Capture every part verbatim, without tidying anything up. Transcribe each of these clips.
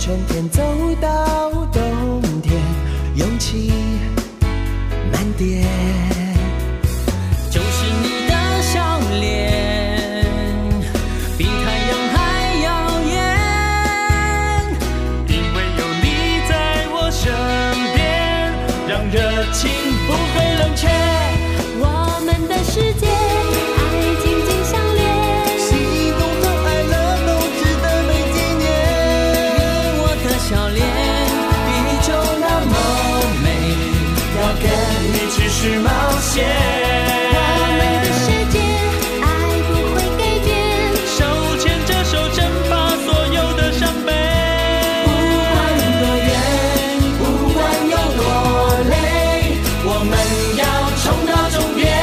春天走到冬天，勇气满点。 就是你的笑脸，比太阳还耀眼， 因为有你在我身边，让热情不会冷却。 我们的世界，爱紧紧相连， 喜怒和哀乐都值得被纪念。 你我的笑脸依旧那么美， 要跟你继续冒险。 我们的世界，爱不会改变， 手牵着手，挣拔所有的伤悲。 不管多远，不管有多累，我们要冲到终点。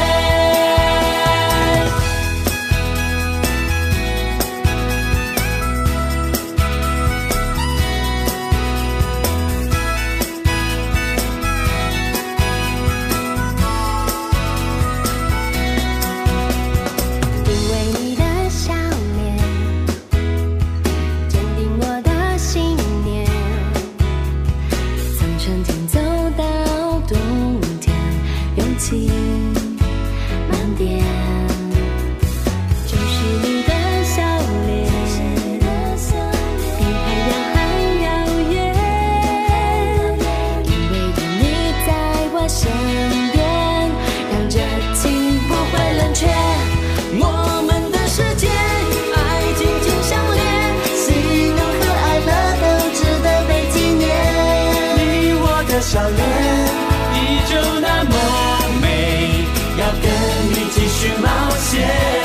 因为你的笑脸，坚定我的信念。从春天走到冬天，勇气满点。就是你的笑脸，比太阳还遥远。因为有你在我身边，让热情不会冷却。 我们的世界，爱紧紧相连， 喜怒和哀乐都值得被纪念。 你我的笑脸依旧那么美，要跟你继续冒险。